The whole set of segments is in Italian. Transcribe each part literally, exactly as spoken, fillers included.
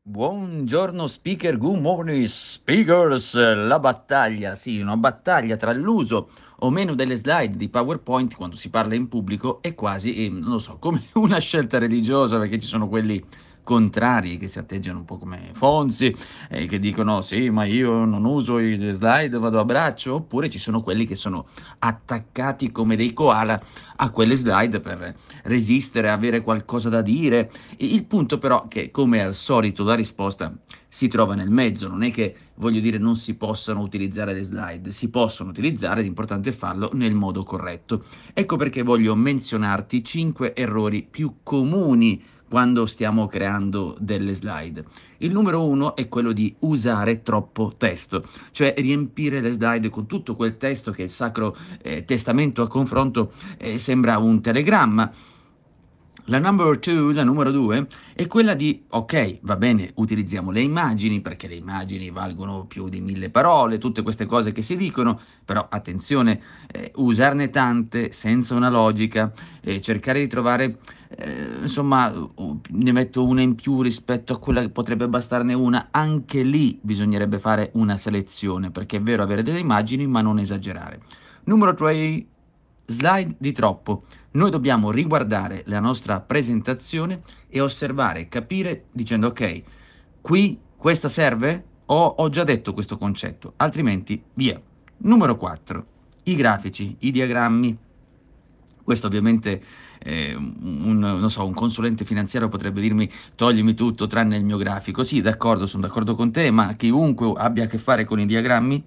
Buongiorno speaker, good morning speakers. La battaglia, sì, una battaglia tra l'uso o meno delle slide di PowerPoint quando si parla in pubblico è quasi, eh, non lo so, come una scelta religiosa, perché ci sono quelli contrari che si atteggiano un po' come Fonzi e che dicono sì, ma io non uso i- le slide, vado a braccio, oppure ci sono quelli che sono attaccati come dei koala a quelle slide per resistere, avere qualcosa da dire. Il punto però che, come al solito, la risposta si trova nel mezzo, non è che, voglio dire, non si possano utilizzare le slide, si possono utilizzare, l'importante è farlo nel modo corretto. Ecco perché voglio menzionarti cinque errori più comuni quando stiamo creando delle slide. Il numero uno è quello di usare troppo testo, cioè riempire le slide con tutto quel testo che il Sacro eh, Testamento a confronto eh, sembra un telegramma. La number two, la numero due, è quella di, ok, va bene, utilizziamo le immagini perché le immagini valgono più di mille parole, tutte queste cose che si dicono, però attenzione, eh, usarne tante senza una logica, eh, cercare di trovare, eh, insomma, uh, ne metto una in più rispetto a quella che potrebbe bastarne una, anche lì bisognerebbe fare una selezione, perché è vero avere delle immagini, ma non esagerare. Numero tre, slide di troppo. Noi dobbiamo riguardare la nostra presentazione e osservare, capire dicendo ok, qui questa serve? O ho già detto questo concetto, altrimenti via. Numero quattro, i grafici, i diagrammi. Questo ovviamente eh, un, non so, un consulente finanziario potrebbe dirmi toglimi tutto tranne il mio grafico. Sì, d'accordo, sono d'accordo con te, ma chiunque abbia a che fare con i diagrammi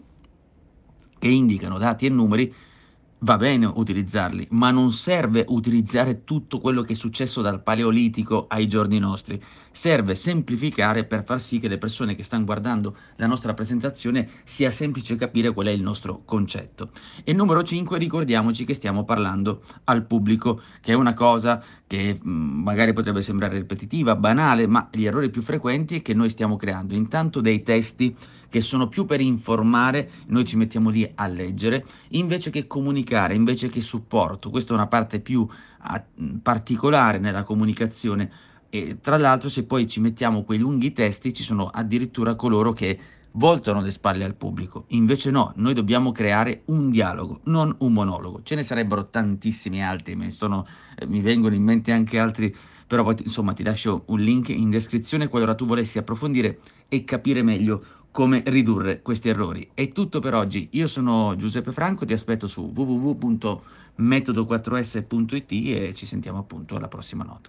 che indicano dati e numeri, va bene utilizzarli, ma non serve utilizzare tutto quello che è successo dal Paleolitico ai giorni nostri. Serve semplificare per far sì che le persone che stanno guardando la nostra presentazione sia semplice capire qual è il nostro concetto. E numero cinque, ricordiamoci che stiamo parlando al pubblico, che è una cosa che mh, magari potrebbe sembrare ripetitiva, banale, ma gli errori più frequenti è che noi stiamo creando intanto dei testi che sono più per informare, noi ci mettiamo lì a leggere, invece che comunicare, invece che supporto. Questa è una parte più a, particolare nella comunicazione. E tra l'altro, se poi ci mettiamo quei lunghi testi, ci sono addirittura coloro che voltano le spalle al pubblico. Invece no, noi dobbiamo creare un dialogo, non un monologo. Ce ne sarebbero tantissimi altri, mi, sono, eh, mi vengono in mente anche altri, però poi insomma ti lascio un link in descrizione qualora tu volessi approfondire e capire meglio come ridurre questi errori. È tutto per oggi. Io sono Giuseppe Franco, ti aspetto su w w w punto metodo quattro s punto i t e ci sentiamo appunto alla prossima nota.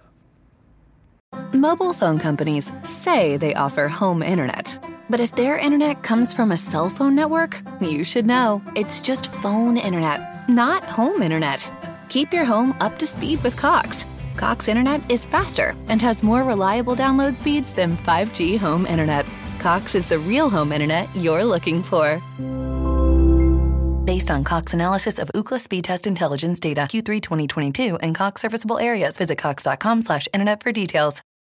Mobile phone companies say they offer home internet. But if their internet comes from a cell phone network, you should know. It's just phone internet, not home internet. Keep your home up to speed with Cox. Cox internet is faster and has more reliable download speeds than five G home internet. Cox is the real home internet you're looking for. Based on Cox analysis of Ookla speed test intelligence data Q three twenty twenty-two and Cox serviceable areas, visit cox dot com slash internet for details.